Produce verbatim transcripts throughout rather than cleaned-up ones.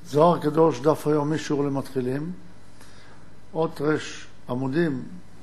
זוהר קדוש, דף היומי, שיעור למתחילים, אות רש עמודים,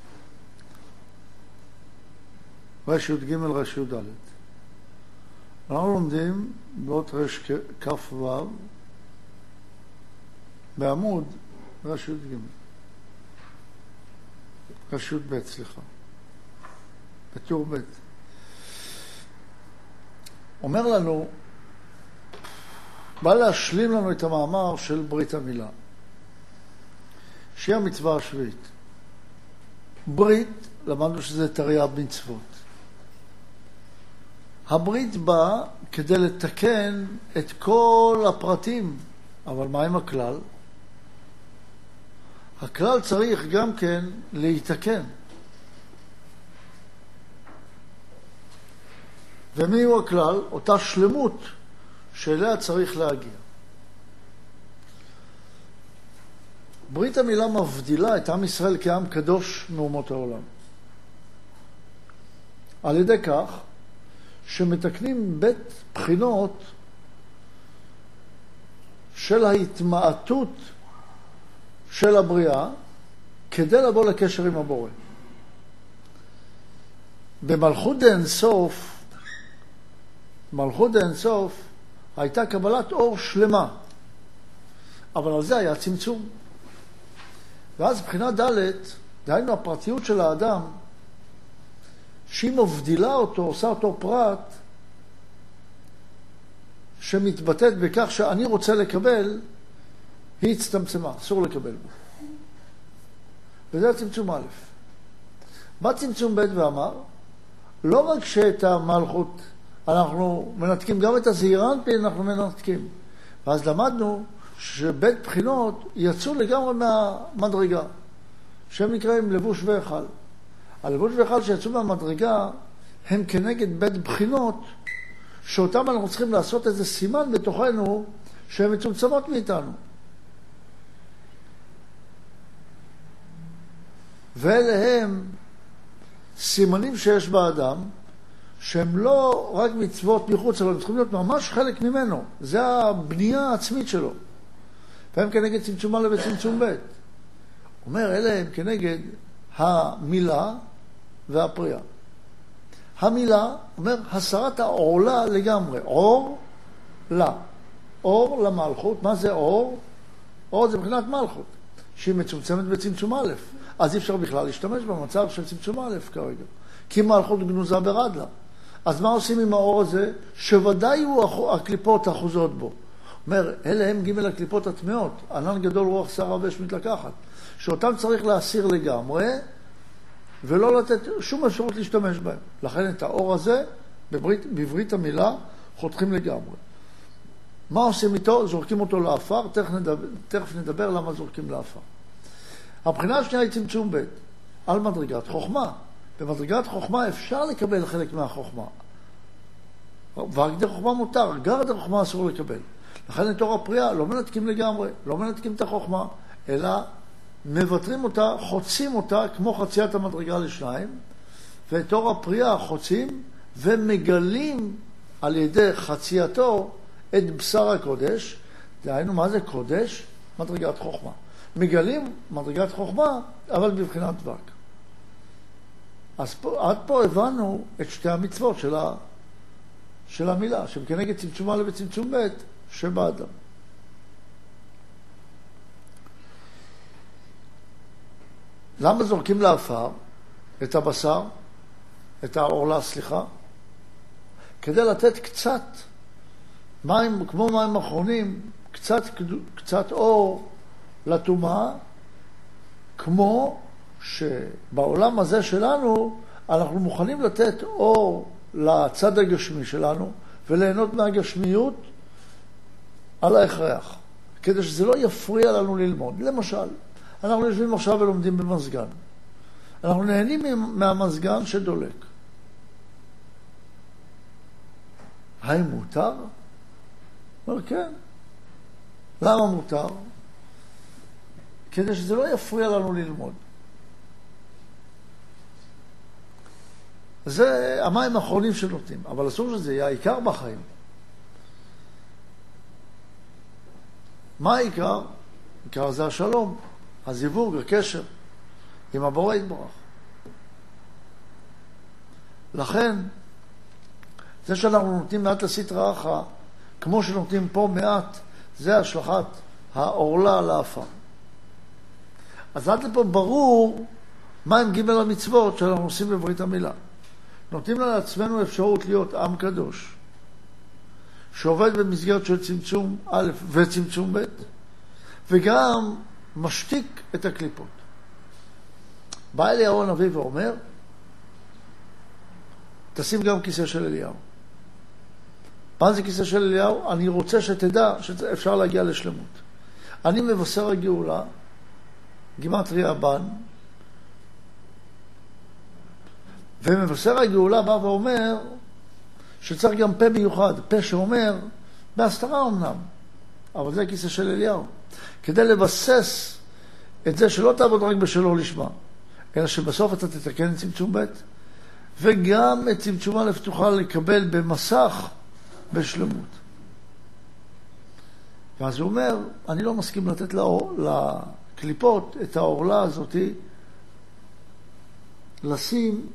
רש י"ג רש י"ד. אנחנו לומדים באות רש כ"ו בעמוד רש י"ג, רש י"ב, סליחה, בטור ב'. אומר לנו, בא להשלים לנו את המאמר של ברית המילה, שהיא המצווה השביעית. ברית, למדנו שזה תרי"ג מצוות. הברית באה כדי לתקן את כל הפרטים, אבל מה עם הכלל? הכלל צריך גם כן להתקן. ומי הוא הכלל? אותה שלמות שאליה צריך להגיע. ברית המילה מבדילה את עם ישראל כעם קדוש מאומות העולם. על ידי כך שמתקנים בית בחינות של ההתמעטות של הבריאה כדי לבוא לקשר עם הבורא. במלכות דאין סוף, מלכות דאין סוף, הייתה קבלת אור שלמה, אבל על זה היה צמצום. ואז בחינה ד', דהיינו הפרטיות של האדם, שהיא מבדילה אותו, עושה אותו פרט, שמתבטאת בכך שאני רוצה לקבל, היא הצטמצמה, אסור לקבל בו. וזה הצמצום א'. בא צמצום ב' ואמר, לא רק שאת המלכות אנחנו מנתקים, גם את הזעירנפין אנחנו מנתקים. ואז למדנו שבית בחינות יצאו לגמרי מהמדרגה, שהם נקראים לבוש והיכל. הלבוש והיכל שיצאו מהמדרגה הם כנגד בית בחינות, שאותם אנחנו צריכים לעשות איזה סימן בתוכנו שהן מצומצמות מאיתנו. ואלה הם סימנים שיש באדם, שהם לא רק מצוות מחוץ, אבל הם צריכים להיות ממש חלק ממנו. זה הבנייה העצמית שלו. והם כנגד צמצום א' וצמצום ב'. אומר, אלה הם כנגד המילה והפריאה. המילה, אומר, הסרת העורלה לגמרי. אור לה. אור למלכות. מה זה אור? אור זה מבחינת מלכות, שהיא מצומצמת בצמצום א'. אז אי אפשר בכלל להשתמש במצב של צמצום א' כרגע. כי מלכות גנוזה ברדלה. אז מה עושים עם האור הזה? שוודאי הוא הקליפות האחוזות בו. אומר, אלה הם ג' הקליפות הטמאות, ענן גדול רוח שערה ואש מתלקחת, שאותם צריך להסיר לגמרי, ולא לתת שום אפשרות להשתמש בהם. לכן את האור הזה, בברית, בברית המילה, חותכים לגמרי. מה עושים איתו? זורקים אותו לאפר, תכף נדבר, תכף נדבר למה זורקים לאפר. הבחינה השנייה היא צמצום ב' על מדרגת חוכמה. במדרגת חוכמה אפשר לקבל חלק מהחוכמה. והגדר חוכמה מותר, גדר חוכמה אסור לקבל. לכן את אור הפריאה לא מנתקים לגמרי, לא מנתקים את החוכמה, אלא מבטרים אותה, חוצים אותה כמו חציית המדרגה לשניים, ואת אור הפריאה חוצים ומגלים על ידי חצייתו את בשר הקודש. דהיינו, מה זה קודש? מדרגת חוכמה. מגלים מדרגת חוכמה, אבל בבחינת דבק. אז פה, עד פה הבנו את שתי המצוות של, ה, של המילה, שהם כנגד צמצום א' וצמצום ב' שבאדם. למה זורקים לאפר את הבשר, את העורלה, סליחה? כדי לתת קצת מים, כמו מים אחרונים, קצת, קצת אור לטומאה, כמו שבעולם הזה שלנו אנחנו מוכנים לתת אור לצד הגשמי שלנו וליהנות מהגשמיות על ההכרח, כדי שזה לא יפריע לנו ללמוד. למשל, אנחנו יושבים עכשיו ולומדים במזגן. אנחנו נהנים מהמזגן שדולק. האם מותר? אומר כן. למה מותר? כדי שזה לא יפריע לנו ללמוד. זה המים האחרונים שנותנים, אבל אסור שזה יהיה העיקר בחיים. מה העיקר? העיקר זה השלום, הזיווג, הקשר עם הבורא יתברך. לכן, זה שאנחנו נותנים מעט לסטרא אחרא, כמו שנותנים פה מעט, זה השלכת העורלה על האפר. אז עד לפה ברור מה הם ג' המצוות שאנחנו עושים בברית המילה. נותנים לעצמנו אפשרות להיות עם קדוש, שעובד במסגרת של צמצום א' וצמצום ב', וגם משתיק את הקליפות. בא אליהו הנביא ואומר, תשים גם כיסא של אליהו. מה זה כיסא של אליהו? אני רוצה שתדע שאפשר להגיע לשלמות. אני מבשר הגאולה, גימטריה בן, ומבשר הגאולה בא ואומר שצריך גם פה מיוחד, פה שאומר, בהסתרה אמנם, אבל זה כיסא של אליהו, כדי לבסס את זה שלא תעבוד רק בשלו לשמה, אלא שבסוף אתה תתקן את צמצום ב', וגם את צמצום א' תוכל לקבל במסך בשלמות. ואז הוא אומר, אני לא מסכים לתת לאור, לקליפות את העורלה הזאת, לשים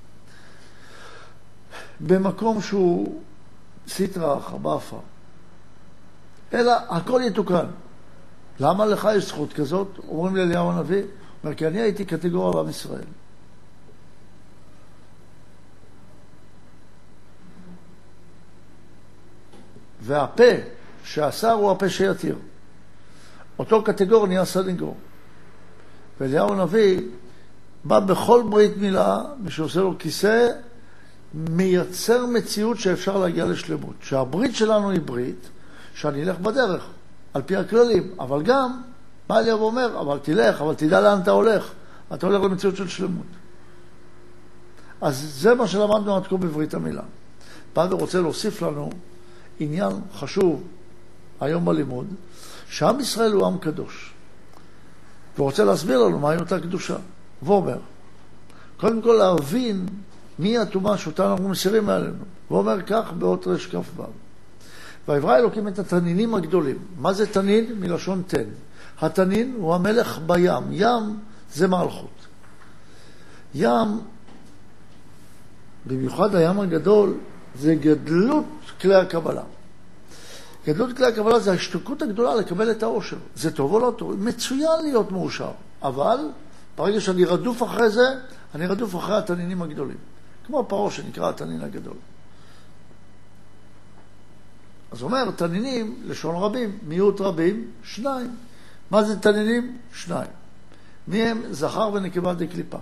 במקום שהוא סטרא אחרא באפר. אלא הכל יתוקן. למה לך יש זכות כזאת? אומרים לאליהו הנביא, אומר, כי אני הייתי קטגוריה לעם ישראל. והפה שאסר הוא הפה שיתיר. אותו קטגור נהיה סנגור. ואליהו הנביא בא בכל ברית מילה, ושעושה לו כיסא, מייצר מציאות שאפשר להגיע לשלמות. שהברית שלנו היא ברית, שאני אלך בדרך, על פי הכללים. אבל גם, בא אליהו ואומר, אבל תלך, אבל תדע לאן אתה הולך. אתה הולך למציאות של שלמות. אז זה מה שלמדנו עד כה בברית המילה. בא ורוצה להוסיף לנו עניין חשוב היום בלימוד, שעם ישראל הוא עם קדוש. ורוצה להסביר לנו מהי אותה קדושה. ואומר, קודם כל להבין מי הטומאה שאותה אנחנו מסירים מעלינו. ואומר כך באות רש כף ו'. ויברא אלוקים את התנינים הגדולים. מה זה תנין? מלשון תן. התנין הוא המלך בים. ים זה מלכות. ים, במיוחד הים הגדול, זה גדלות כלי הקבלה. גדלות כלי הקבלה זה ההשתוקות הגדולה לקבל את האושר. זה טוב או לא טוב? מצוין להיות מאושר. אבל ברגע שאני רדוף אחרי זה, אני רדוף אחרי התנינים הגדולים. כמו פרעה שנקרא התנין הגדול. אז אומר, תנינים, לשון רבים, מיעוט רבים, שניים. מה זה תנינים? שניים. מי הם? זכר ונקבה דקליפה.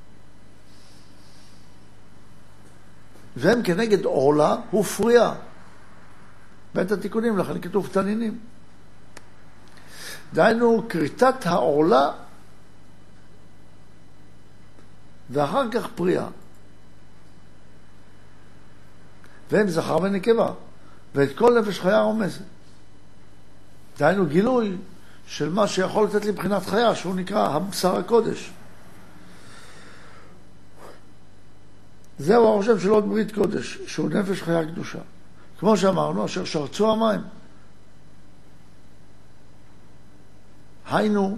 והם כנגד עורלה ופרייה. בית התיקונים, לכן כתוב תנינים. דהיינו, כריתת העורלה ואחר כך פרייה. והם זכר ונקבה. ואת כל נפש חיה רומזת. דהיינו גילוי של מה שיכול לתת לי מבחינת חיה, שהוא נקרא הבשר הקודש. זהו הרושם של עוד ברית קודש, שהוא נפש חיה קדושה. כמו שאמרנו, אשר שרצו המים. היינו,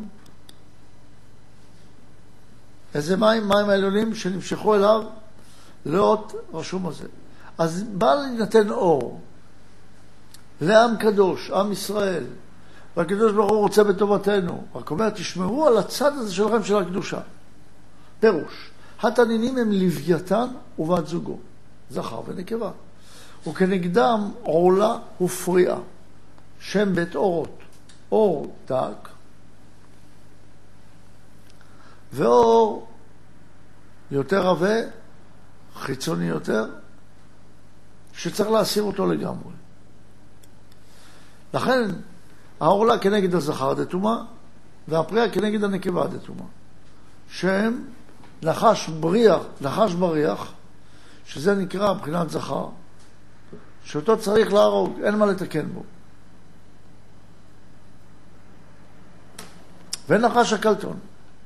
איזה מים? מים העליונים שנמשכו אליו לאות רשום הזה. אז בא להינתן אור לעם קדוש, עם ישראל, והקדוש ברוך הוא רוצה בטובתנו. רק אומר, תשמרו על הצד הזה שלכם של הקדושה. פירוש, התנינים הם לוויתן ובת זוגו, זכר ונקבה. וכנגדם עורלה ופריאה, שם בית אורות, אור דק, ואור יותר רבה, חיצוני יותר, שצריך להסיר אותו לגמרי. לכן, העורלה כנגד הזכר דתומה, והפריאה כנגד הנקבה דתומה. שהם נחש בריח, נחש בריח, שזה נקרא מבחינת זכר, שאותו צריך להרוג, אין מה לתקן בו. ונחש הקלטון,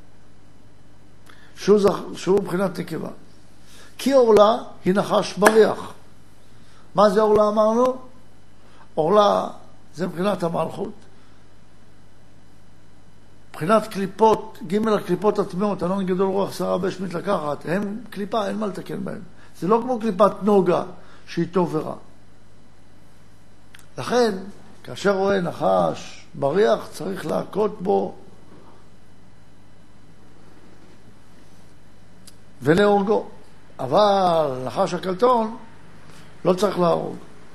שהוא, זכ... שהוא מבחינת נקבה. כי עורלה היא נחש בריח. מה זה עורלה אמרנו? עורלה זה מבחינת המלכות, מבחינת קליפות, ג' הקליפות הטמאות, הנון גדול רוח שרה בשמית לקחת, הם קליפה, אין מה לתקן בהם. זה לא כמו קליפת נוגה שהיא טוב ורע. לכן, כאשר רואה נחש בריח, צריך להכות בו ולהורגו. אבל נחש הקלטון לא צריך להרוג.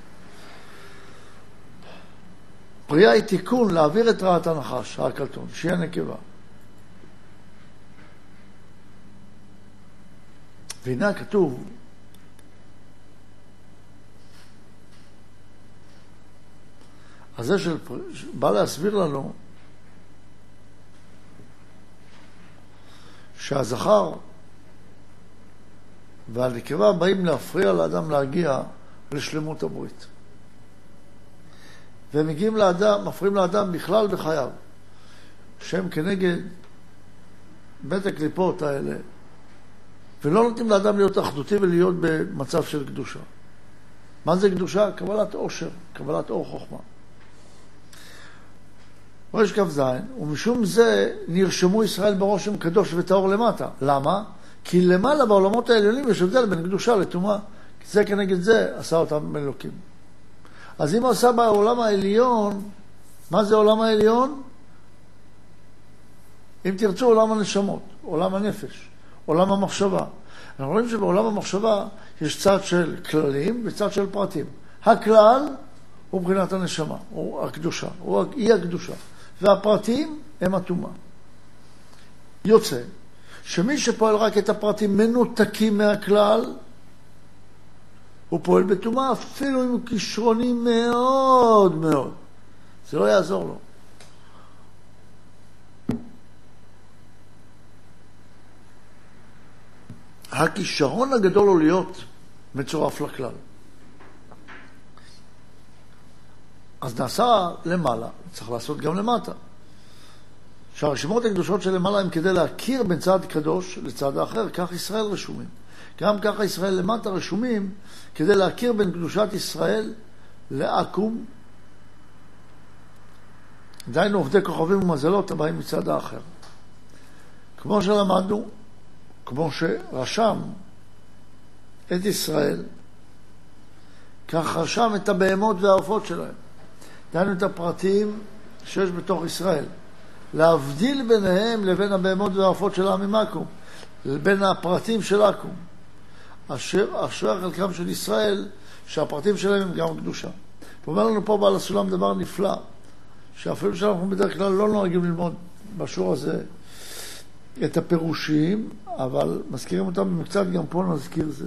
פריאה היא תיקון להעביר את רעת הנחש, הקלטון, שהיא הנקבה. והנה כתוב, אז זה של, בא להסביר לנו שהזכר והנקבה באים להפריע לאדם להגיע לשלמות הברית. והם מגיעים לאדם, מפריעים לאדם בכלל בחייו, שהם כנגד בית הקליפות האלה, ולא נותנים לאדם להיות אחדותי ולהיות במצב של קדושה. מה זה קדושה? קבלת עושר, קבלת אור חוכמה. ראש כף זין, ומשום זה נרשמו ישראל ברושם קדוש וטהור למטה. למה? כי למעלה בעולמות העליונים יש הבדל בין קדושה לטומאה. כי זה כנגד זה עשה אותם אלוקים. אז אם הוא עשה בעולם העליון, מה זה עולם העליון? אם תרצו, עולם הנשמות, עולם הנפש, עולם המחשבה. אנחנו רואים שבעולם המחשבה יש צד של כללים וצד של פרטים. הכלל הוא מבחינת הנשמה, הוא הקדושה, הוא אי הקדושה. והפרטים הם הטומאה. יוצא שמי שפועל רק את הפרטים מנותקים מהכלל, הוא פועל בטומאה, אפילו אם הוא כישרוני מאוד מאוד. זה לא יעזור לו. הכישרון הגדול הוא להיות מצורף לכלל. אז נעשה למעלה, צריך לעשות גם למטה. שהרשימות הקדושות של למעלה הם כדי להכיר בין צד קדוש לצד האחר, כך ישראל רשומים. גם ככה ישראל למטה רשומים כדי להכיר בין קדושת ישראל לעקום. דיינו עובדי כוכבים ומזלות הבאים מצד האחר. כמו שלמדנו, כמו שרשם את ישראל, כך רשם את הבהמות והעופות שלהם. דיינו את הפרטים שיש בתוך ישראל. להבדיל ביניהם לבין הבהמות והעופות של העמים עקום, בין הפרטים של עקום. אשר, אשר חלקם של ישראל, שהפרטים שלהם הם גם קדושה. ואומר לנו פה בעל הסולם דבר נפלא, שאפילו שאנחנו בדרך כלל לא נוהגים ללמוד בשיעור הזה את הפירושים, אבל מזכירים אותם במקצת, גם פה נזכיר זה.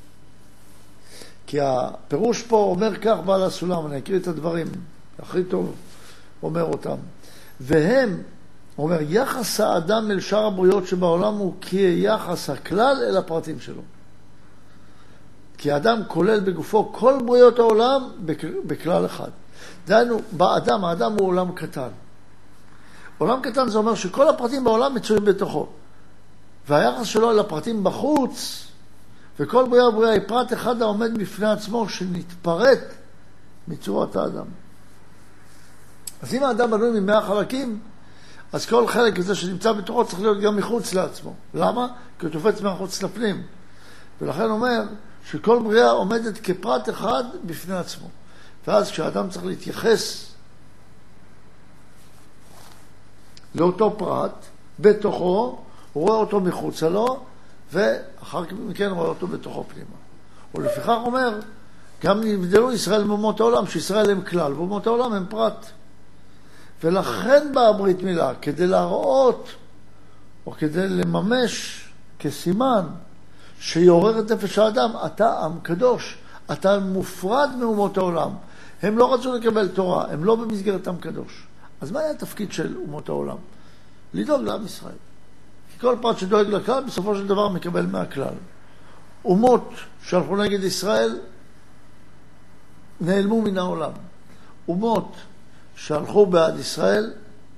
כי הפירוש פה אומר כך בעל הסולם, אני אקריא את הדברים, הכי טוב אומר אותם. והם, אומר, יחס האדם אל שאר הבריות שבעולם הוא כיחס הכלל אל הפרטים שלו. כי האדם כולל בגופו כל בריות העולם בכלל אחד. דהיינו, באדם, האדם הוא עולם קטן. עולם קטן זה אומר שכל הפרטים בעולם מצויים בתוכו. והיחס שלו אל הפרטים בחוץ, וכל בריה ובריה היא פרט אחד העומד בפני עצמו שנתפרט מצורת האדם. אז אם האדם בנוי ממאה חלקים, אז כל חלק הזה שנמצא בתוכו צריך להיות גם מחוץ לעצמו. למה? כי הוא תופץ מחוץ לפנים. ולכן אומר שכל בריאה עומדת כפרט אחד בפני עצמו. ואז כשאדם צריך להתייחס לאותו פרט, בתוכו, הוא רואה אותו מחוץ לו, ואחר מכן רואה אותו בתוכו פנימה. ולפיכך אומר, גם נבדלו ישראל מאומות העולם, שישראל הם כלל, ואומות העולם הם פרט. ולכן באה ברית מילה, כדי להראות, או כדי לממש כסימן, שיעורר את נפש האדם, אתה עם קדוש, אתה מופרד מאומות העולם. הם לא רצו לקבל תורה, הם לא במסגרת עם קדוש. אז מה היה התפקיד של אומות העולם? לדאוג לעם ישראל. כי כל פרט שדואג לכלל, בסופו של דבר מקבל מהכלל. אומות שהלכו נגד ישראל, נעלמו מן העולם. אומות שהלכו בעד ישראל,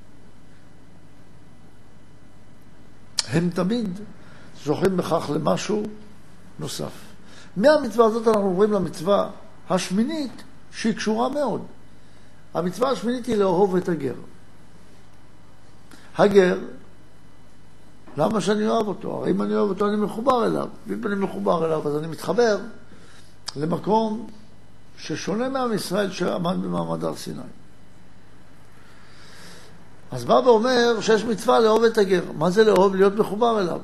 הם תמיד זוכים בכך למשהו נוסף. מהמצווה הזאת אנחנו עוברים למצווה השמינית, שהיא קשורה מאוד. המצווה השמינית היא לאהוב את הגר. הגר, למה שאני אוהב אותו? הרי אם אני אוהב אותו אני מחובר אליו, ואם אני מחובר אליו אז אני מתחבר למקום ששונה מעם ישראל שעמד במעמד הר סיני. אז בא ואומר שיש מצווה לאהוב את הגר. מה זה לאהוב? להיות מחובר אליו.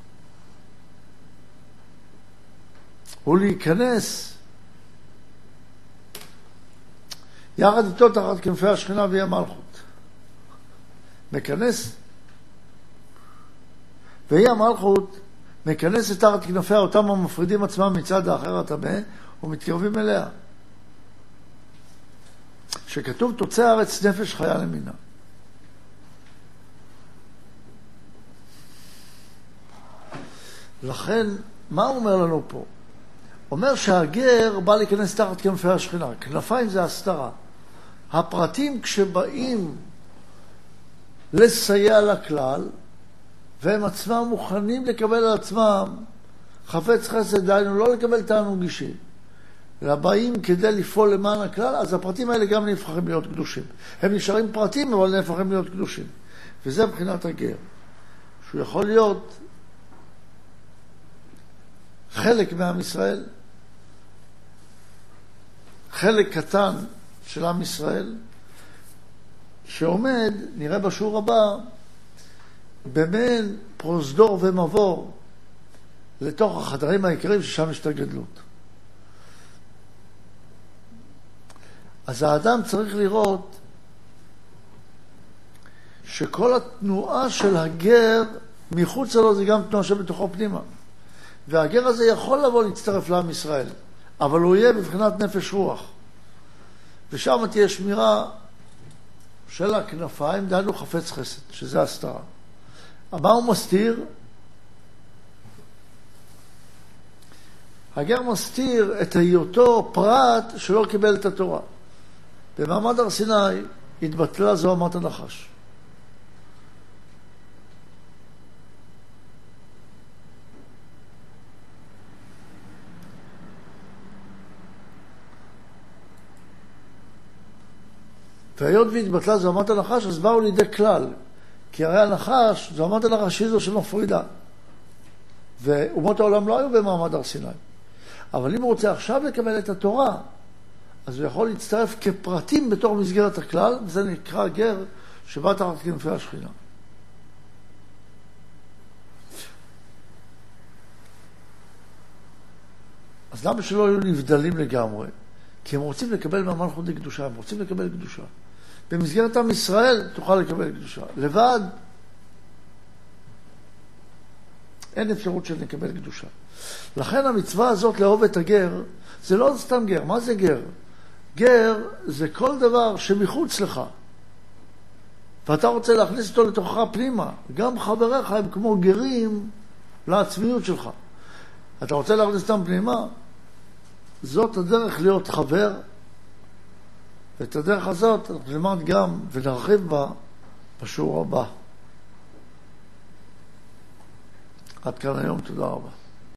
הוא להיכנס יחד איתו תחת כנפי השכינה והיא המלכות. מכנס, והיא המלכות מכנסת תחת כנפיה אותם המפרידים עצמם מצד האחר הטמא ומתקרבים אליה. שכתוב תוצא הארץ נפש חיה למינה. לכן, מה הוא אומר לנו פה? אומר שהגר בא להיכנס תחת כנפי השכינה. כנפיים זה הסתרה. הפרטים כשבאים לסייע לכלל, והם עצמם מוכנים לקבל על עצמם חפץ חסד, דיינו לא לקבל תענוג אישי, אלא באים כדי לפעול למען הכלל, אז הפרטים האלה גם נהפכים להיות קדושים. הם נשארים פרטים, אבל נהפכים להיות קדושים. וזה מבחינת הגר. שהוא יכול להיות חלק מעם ישראל, חלק קטן של עם ישראל, שעומד, נראה בשיעור הבא, במעין פרוזדור ומבור לתוך החדרים העיקריים ששם יש את הגדלות. אז האדם צריך לראות שכל התנועה של הגר מחוץ לו זה גם תנועה שבתוכו פנימה. והגר הזה יכול לבוא להצטרף לעם ישראל, אבל הוא יהיה בבחינת נפש רוח. ושם תהיה שמירה של הכנפיים, דהיינו חפץ חסד, שזה הסתרה. מה הוא מסתיר? הגר מסתיר את היותו פרט שלא קיבל את התורה. במעמד הר סיני התבטלה זוהמת הנחש. והיות והתבטלה זוהמת הנחש, אז באו לידי כלל. כי הרי הנחש, זוהמת הנחש היא זו שמפרידה. ואומות העולם לא היו במעמד הר סיני. אבל אם הוא רוצה עכשיו לקבל את התורה, אז הוא יכול להצטרף כפרטים בתור מסגרת הכלל, וזה נקרא גר שבא תחת כנפי השכינה. אז למה שלא היו נבדלים לגמרי? כי הם רוצים לקבל מהמלכות לקדושה, הם רוצים לקבל קדושה. במסגרת עם ישראל תוכל לקבל קדושה. לבד אין אפשרות של לקבל קדושה. לכן המצווה הזאת לאהוב את הגר, זה לא סתם גר. מה זה גר? גר זה כל דבר שמחוץ לך. ואתה רוצה להכניס אותו לתוכך פנימה. גם חבריך הם כמו גרים לעצמיות שלך. אתה רוצה להכניס אותם פנימה? זאת הדרך להיות חבר. ואת הדרך הזאת אנחנו נלמד גם ונרחיב בה בשיעור הבא. עד כאן היום, תודה רבה.